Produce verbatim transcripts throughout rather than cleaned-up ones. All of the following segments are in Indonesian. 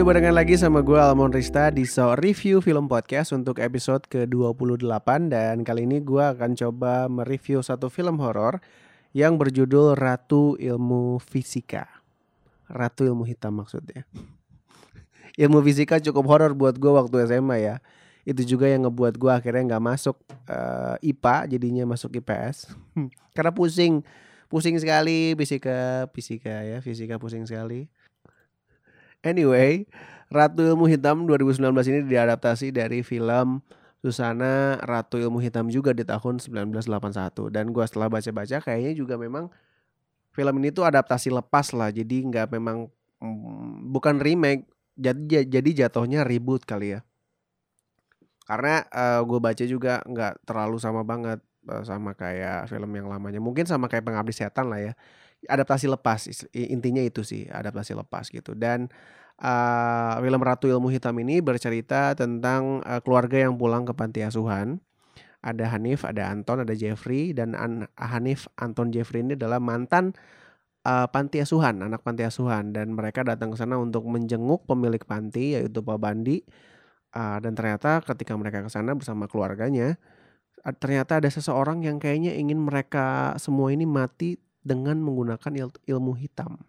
Udah barengan lagi sama gue Almond Rista di So Review Film Podcast untuk episode ke dua puluh delapan. Dan kali ini gue akan coba mereview satu film horor yang berjudul Ratu Ilmu Fisika. Ratu Ilmu Hitam maksudnya. Ilmu fisika cukup horor buat gue waktu S M A ya. Itu juga yang ngebuat gue akhirnya gak masuk uh, I P A, jadinya masuk I P S. Karena pusing, pusing sekali fisika, fisika ya, fisika pusing sekali. Anyway, Ratu Ilmu Hitam dua ribu sembilan belas ini diadaptasi dari film Susana Ratu Ilmu Hitam juga di tahun sembilan belas delapan puluh satu. Dan gue setelah baca-baca kayaknya juga memang film ini tuh adaptasi lepas lah. Jadi gak memang mm, bukan remake, jadi, jadi jatuhnya reboot kali ya. Karena uh, gue baca juga gak terlalu sama banget uh, sama kayak film yang lamanya. Mungkin sama kayak Pengabdi Setan lah ya. Adaptasi lepas, intinya itu sih, adaptasi lepas gitu. Dan uh, film Ratu Ilmu Hitam ini bercerita tentang uh, keluarga yang pulang ke panti asuhan. Ada Hanif, ada Anton, ada Jeffrey. Dan An- Hanif, Anton, Jeffrey ini adalah mantan uh, panti asuhan, anak panti asuhan. Dan mereka datang ke sana untuk menjenguk pemilik panti, yaitu Pak Bandi. uh, Dan ternyata ketika mereka ke sana bersama keluarganya, uh, ternyata ada seseorang yang kayaknya ingin mereka semua ini mati dengan menggunakan il- ilmu hitam.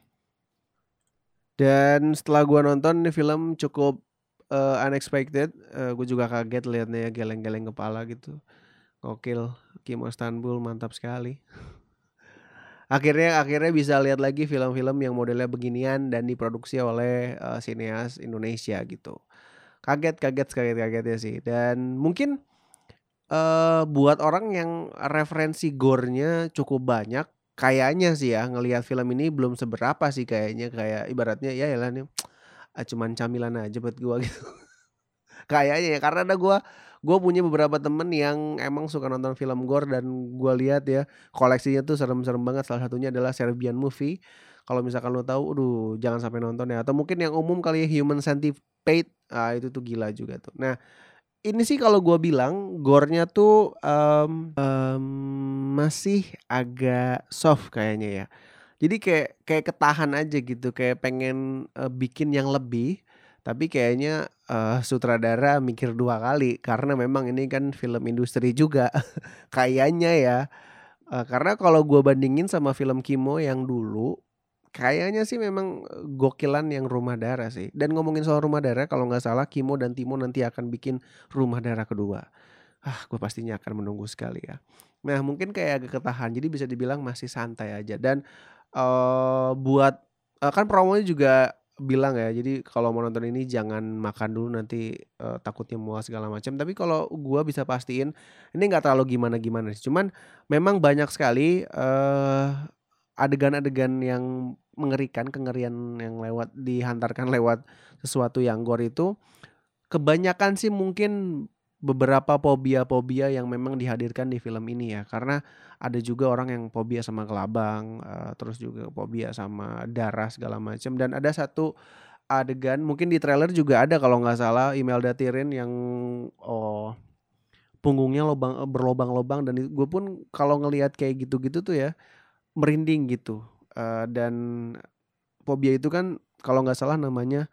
Dan setelah gue nonton nih film cukup uh, unexpected, uh, gue juga kaget liatnya ya, geleng-geleng kepala gitu. Gokil, Kimo Istanbul mantap sekali. Akhirnya akhirnya bisa lihat lagi film-film yang modelnya beginian dan diproduksi oleh uh, sineas Indonesia gitu. Kaget kaget kaget kagetnya sih. Dan mungkin uh, buat orang yang referensi gore-nya cukup banyak, kayaknya sih ya ngelihat film ini belum seberapa sih kayaknya, kayak ibaratnya ya yalah nih cuman camilan aja buat gua gitu. Kayaknya ya karena ada gua gua punya beberapa temen yang emang suka nonton film gore dan gua lihat ya koleksinya tuh serem-serem banget. Salah satunya adalah Serbian Movie. Kalau misalkan lo tahu, aduh jangan sampai nonton ya. Atau mungkin yang umum kali ya Human Centipede, ah itu tuh gila juga tuh. Nah ini sih kalau gue bilang gore-nya tuh um, um, masih agak soft kayaknya ya. Jadi kayak kayak ketahan aja gitu, kayak pengen uh, bikin yang lebih, tapi kayaknya uh, sutradara mikir dua kali karena memang ini kan film industri juga kayaknya ya. Uh, karena kalau gue bandingin sama film Kimo yang dulu, kayaknya sih memang gokilan yang Rumah Darah sih. Dan ngomongin soal Rumah Darah, kalau nggak salah Kimo dan Timo nanti akan bikin Rumah Darah kedua. Ah, gue pastinya akan menunggu sekali ya. Nah, mungkin kayak agak ketahan, jadi bisa dibilang masih santai aja. Dan uh, buat uh, kan promonya juga bilang ya, jadi kalau mau nonton ini jangan makan dulu nanti uh, takutnya mual segala macam. Tapi kalau gue bisa pastiin ini nggak terlalu gimana-gimana sih. Cuman memang banyak sekali uh, adegan-adegan yang mengerikan, kengerian yang lewat dihantarkan lewat sesuatu yang gore itu kebanyakan sih mungkin beberapa fobia-fobia yang memang dihadirkan di film ini ya. Karena ada juga orang yang fobia sama kelabang, uh, terus juga fobia sama darah segala macam. Dan ada satu adegan mungkin di trailer juga ada kalau nggak salah, Imelda Tirin yang oh punggungnya lobang berlobang-lobang. Dan gue pun kalau ngelihat kayak gitu-gitu tuh ya merinding gitu. Uh, dan fobia itu kan kalau nggak salah namanya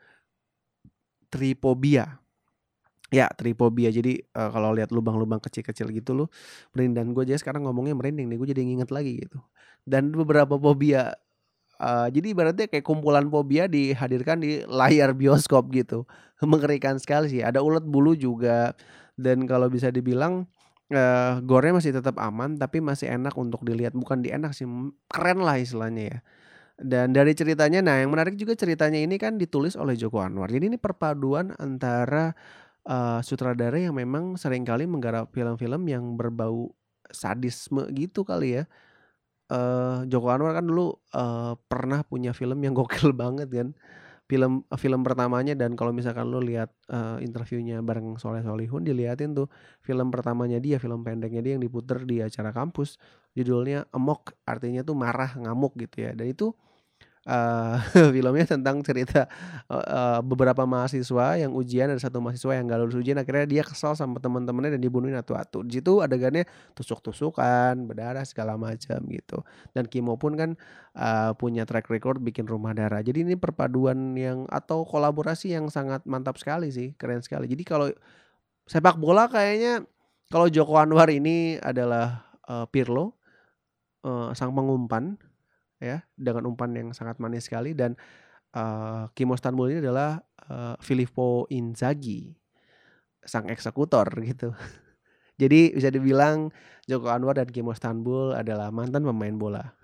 tripobia. Ya, tripobia. Jadi uh, kalau lihat lubang-lubang kecil-kecil gitu loh merinding. Dan gue aja sekarang ngomongnya merinding nih, gue jadi nginget lagi gitu. Dan beberapa fobia, uh, jadi ibaratnya kayak kumpulan fobia dihadirkan di layar bioskop gitu. Mengerikan sekali sih. Ada ulet bulu juga. Dan kalau bisa dibilang uh, gore-nya masih tetap aman, tapi masih enak untuk dilihat. Bukan dienak sih, keren lah istilahnya ya. Dan dari ceritanya, nah yang menarik juga ceritanya ini kan ditulis oleh Joko Anwar. Jadi ini perpaduan antara uh, sutradara yang memang seringkali menggarap film-film yang berbau sadisme gitu kali ya. Uh, Joko Anwar kan dulu uh, pernah punya film yang gokil banget kan. Film film pertamanya, dan kalau misalkan lu lihat uh, interviewnya bareng Soleh Solihun, diliatin tuh film pertamanya dia, film pendeknya dia yang diputer di acara kampus, judulnya Amok, artinya tuh marah, ngamuk gitu ya. Dan itu Eee, filmnya tentang cerita, eee, beberapa mahasiswa yang ujian, ada satu mahasiswa yang nggak lulus ujian akhirnya dia kesal sama temen-temennya dan dibunuhin atu-atu. Di situ adegannya tusuk-tusukan, berdarah segala macam gitu. Dan Kimo pun kan, eee, punya track record bikin Rumah Darah. Jadi ini perpaduan yang atau kolaborasi yang sangat mantap sekali sih, keren sekali. Jadi kalau sepak bola kayaknya kalau Joko Anwar ini adalah, eee, Pirlo, eee, sang pengumpan ya, dengan umpan yang sangat manis sekali dan Eee, Kimo Stanbul ini adalah, eee, Filippo Inzaghi, sang eksekutor gitu. Jadi bisa dibilang Joko Anwar dan Kimo Stanbul adalah mantan pemain bola.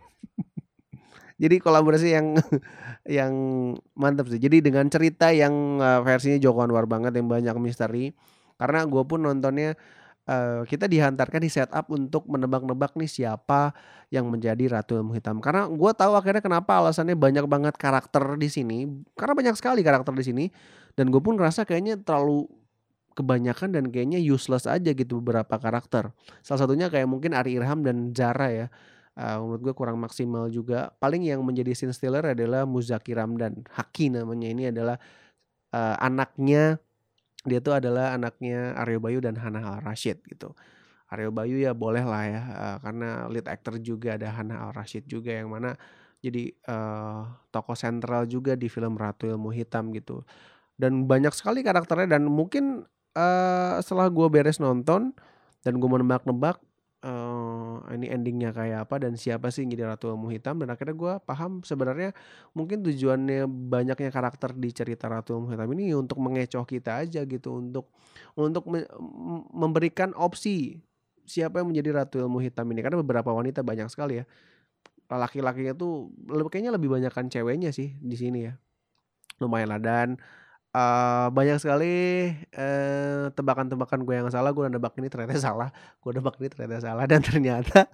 Jadi kolaborasi yang yang mantap sih. Jadi dengan cerita yang, eee, versinya Joko Anwar banget yang banyak misteri, karena gue pun nontonnya, eee, kita dihantarkan di setup untuk menebak-nebak nih siapa yang menjadi Ratu Ilmu Hitam. Karena gue tahu akhirnya kenapa alasannya banyak banget karakter di sini, karena banyak sekali karakter di sini dan gue pun ngerasa kayaknya terlalu kebanyakan dan kayaknya useless aja gitu beberapa karakter. Salah satunya kayak mungkin Ari Irham dan Zara ya, eee, menurut gue kurang maksimal juga. Paling yang menjadi scene stealer adalah Muzaki Ramdan, Haki namanya. Ini adalah, eee, anaknya dia tuh adalah anaknya Aryo Bayu dan Hana Al-Rashid gitu. Aryo Bayu ya bolehlah ya, eee, karena lead actor juga ada Hana Al-Rashid juga yang mana jadi, eee, tokoh sentral juga di film Ratu Ilmu Hitam gitu. Dan banyak sekali karakternya dan mungkin, eee, setelah gue beres nonton dan gue menebak-nebak, eee, ini ending-nya kayak apa dan siapa sih yang jadi Ratu Ilmu Hitam dan akhirnya gue paham sebenarnya mungkin tujuannya banyaknya karakter di cerita Ratu Ilmu Hitam ini untuk mengecoh kita aja gitu, untuk untuk me m memberikan opsi siapa yang menjadi Ratu Ilmu Hitam ini. Karena beberapa wanita banyak sekali ya, laki-lakinya tuh leb kayaknya lebih banyakan ceweknya sih di sini ya, lumayanlah dan Eee, banyak sekali, eee, tebakan-tebakan gue yang salah, gue nebak ini ternyata salah, gue nebak ini ternyata salah dan ternyata,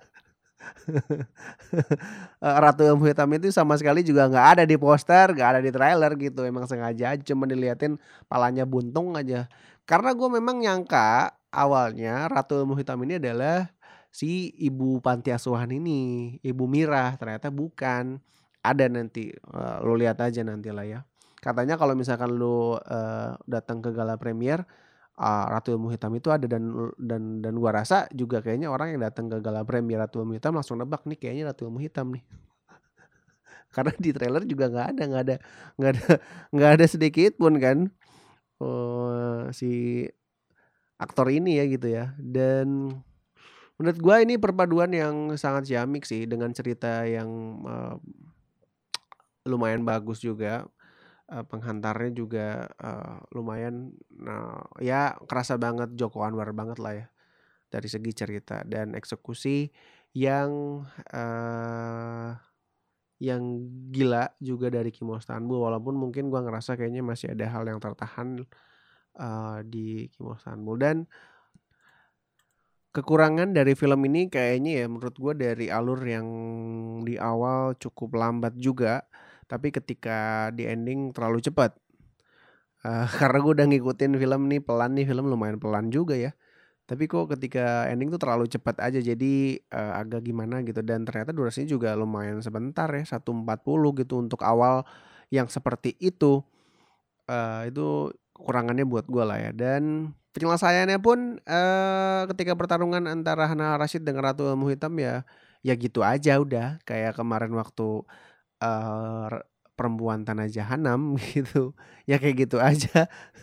eee, Ratu Ilmu Hitam itu sama sekali juga nggak ada di poster, nggak ada di trailer gitu, emang sengaja aja cuma diliatin palanya buntung aja. Karena gue memang nyangka awalnya Ratu Ilmu Hitam ini adalah si ibu panti asuhan ini, Ibu Mirah, ternyata bukan. Ada nanti, eee, lu lihat aja nantilah ya. Katanya kalau misalkan lu, eee, datang ke gala premier, eee, Ratu Ilmu Hitam itu ada dan dan dan gua rasa juga kayaknya orang yang datang ke gala premier Ratu Ilmu Hitam langsung nebak nih kayaknya Ratu Ilmu Hitam nih. Karena di trailer juga nggak ada nggak ada nggak ada nggak ada sedikit pun kan, eee, si aktor ini ya gitu ya. Dan menurut gua ini perpaduan yang sangat ciamik sih dengan cerita yang, eee, lumayan bagus juga. Eee, penghantarnya juga, eee, lumayan, eee, ya kerasa banget Joko Anwar banget lah ya, dari segi cerita dan eksekusi yang, eee, yang gila juga dari Kimo Stanbul walaupun mungkin gua ngerasa kayaknya masih ada hal yang tertahan, eee, di Kimo Stanbul dan kekurangan dari film ini kayaknya ya menurut gua dari alur yang di awal cukup lambat juga, tapi ketika di ending terlalu cepat. Eee, karena gue udah ngikutin film nih pelan nih, film lumayan pelan juga ya. Tapi kok ketika ending tuh terlalu cepat aja jadi, eee, agak gimana gitu dan ternyata durasinya juga lumayan sebentar ya, satu empat puluh gitu untuk awal yang seperti itu. Eee, itu kekurangannya buat gue lah ya dan penyelesaiannya pun, eee, ketika pertarungan antara Hana Rashid dengan Ratu Ilmu Hitam ya, ya gitu aja udah. Kayak kemarin waktu, eee, re Perempuan Tanah Jahanam gitu, ya kayak gitu aja.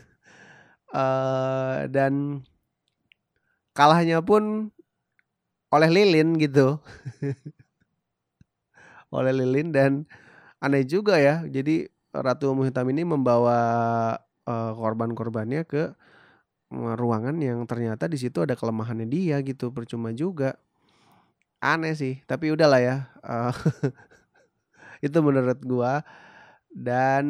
Eee, dan kalahnya pun oleh lilin gitu, oleh lilin dan aneh juga ya. Jadi Ratu Ilmu Hitam ini membawa, eee, korban-korbannya ke, eee, ruangan yang ternyata di situ ada kelemahannya dia gitu, percuma juga. Aneh sih, tapi udahlah ya, eee, itu menurut gua dan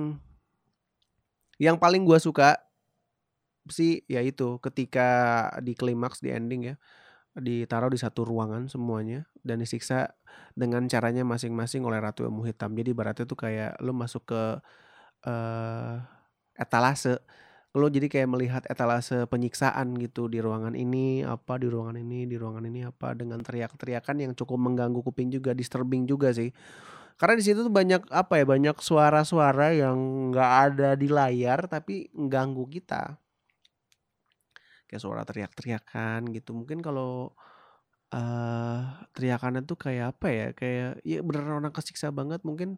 yang paling gua suka sih ya itu ketika di klimaks, di ending ya. Ditaruh di satu ruangan semuanya dan disiksa dengan caranya masing-masing oleh Ratu Ilmu Hitam. Jadi ibaratnya tuh kayak lu masuk ke, eee, etalase. Lu jadi kayak melihat etalase penyiksaan gitu, di ruangan ini apa, di ruangan ini, di ruangan ini apa, dengan teriak-teriakan yang cukup mengganggu kuping juga, disturbing juga sih. Karena di situ tuh banyak apa ya, banyak suara-suara yang nggak ada di layar tapi ganggu kita. Kayak suara teriak-teriakan gitu. Mungkin kalau uh, teriakannya tuh kayak apa ya, kayak ya beneran orang kesiksa banget mungkin.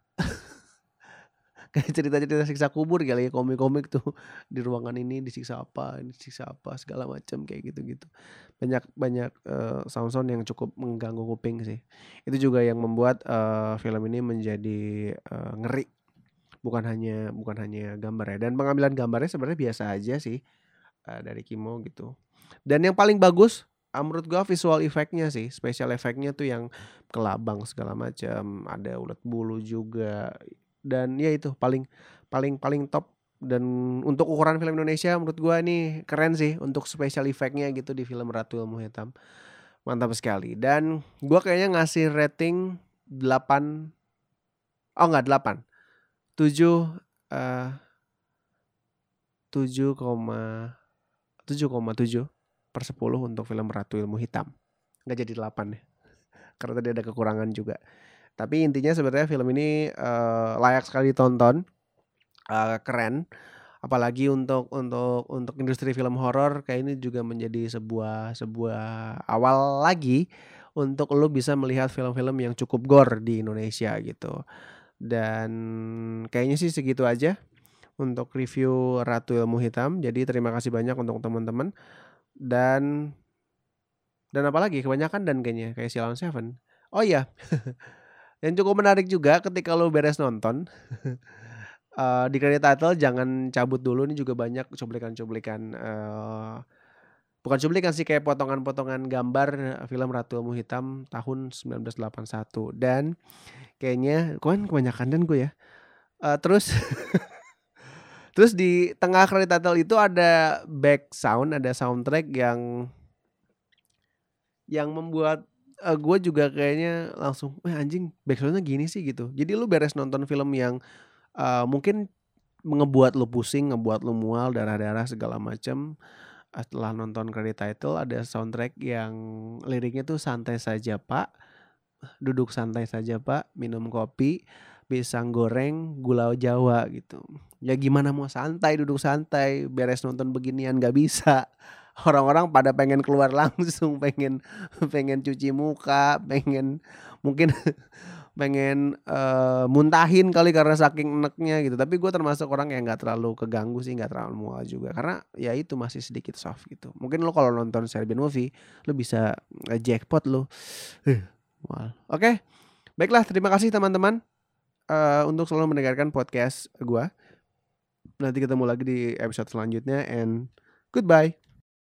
Kayak cerita-cerita siksa kubur kali ya, komik-komik tuh di ruangan ini disiksa apa, ini disiksa apa segala macam kayak gitu-gitu. Banyak banyak uh, sound-sound yang cukup mengganggu kuping sih. Itu juga yang membuat uh, film ini menjadi uh, ngeri. Bukan hanya bukan hanya gambarnya, dan pengambilan gambarnya sebenarnya biasa aja sih uh, dari Kimo gitu. Dan yang paling bagus uh, menurut gua visual effect-nya sih, special effect-nya tuh yang kelabang segala macam, ada ulet bulu juga. Dan ya itu paling paling paling top, dan untuk ukuran film Indonesia menurut gua nih keren sih untuk special effect-nya gitu di film Ratu Ilmu Hitam. Mantap sekali. Dan gua kayaknya ngasih rating delapan. Oh enggak, delapan. tujuh uh, tujuh koma tujuh per sepuluh untuk film Ratu Ilmu Hitam. Enggak jadi delapan ya. Karena tadi ada kekurangan juga. Tapi intinya sebenarnya film ini uh, layak sekali ditonton, uh, keren. Apalagi untuk untuk untuk industri film horor, kayak ini juga menjadi sebuah sebuah awal lagi untuk lo bisa melihat film-film yang cukup gore di Indonesia gitu. Dan kayaknya sih segitu aja untuk review Ratu Ilmu Hitam. Jadi terima kasih banyak untuk teman-teman. Dan dan apalagi kebanyakan dan kayaknya kayak Silent Seven. Oh iya. Yang cukup menarik juga ketika lo beres nonton, uh, di credit title jangan cabut dulu, ini juga banyak cuplikan-cuplikan, uh, bukan cuplikan sih, kayak potongan-potongan gambar film Ratu Ilmu Hitam tahun sembilan belas delapan puluh satu. Dan kayaknya kan kebanyakan dan gue ya. Uh, terus terus di tengah credit title itu ada back sound, ada soundtrack yang yang membuat Uh, gue juga kayaknya langsung, wah anjing backsoundnya gini sih gitu. Jadi lu beres nonton film yang uh, mungkin ngebuat lu pusing, ngebuat lu mual, darah-darah segala macam. Setelah nonton credit title ada soundtrack yang liriknya tuh santai saja pak, duduk santai saja pak, minum kopi, pisang goreng, gula Jawa gitu. Ya gimana mau santai, duduk santai, beres nonton beginian gak bisa. Orang-orang pada pengen keluar langsung, pengen pengen cuci muka, pengen mungkin pengen uh, muntahin kali karena saking eneknya gitu. Tapi gue termasuk orang yang nggak terlalu keganggu sih, nggak terlalu mual juga karena ya itu masih sedikit soft gitu. Mungkin lo kalau nonton Serbian movie lo bisa uh, jackpot lo. Uh, Oke, okay. Baiklah, terima kasih teman-teman uh, untuk selalu mendengarkan podcast gue. Nanti ketemu lagi di episode selanjutnya, and goodbye.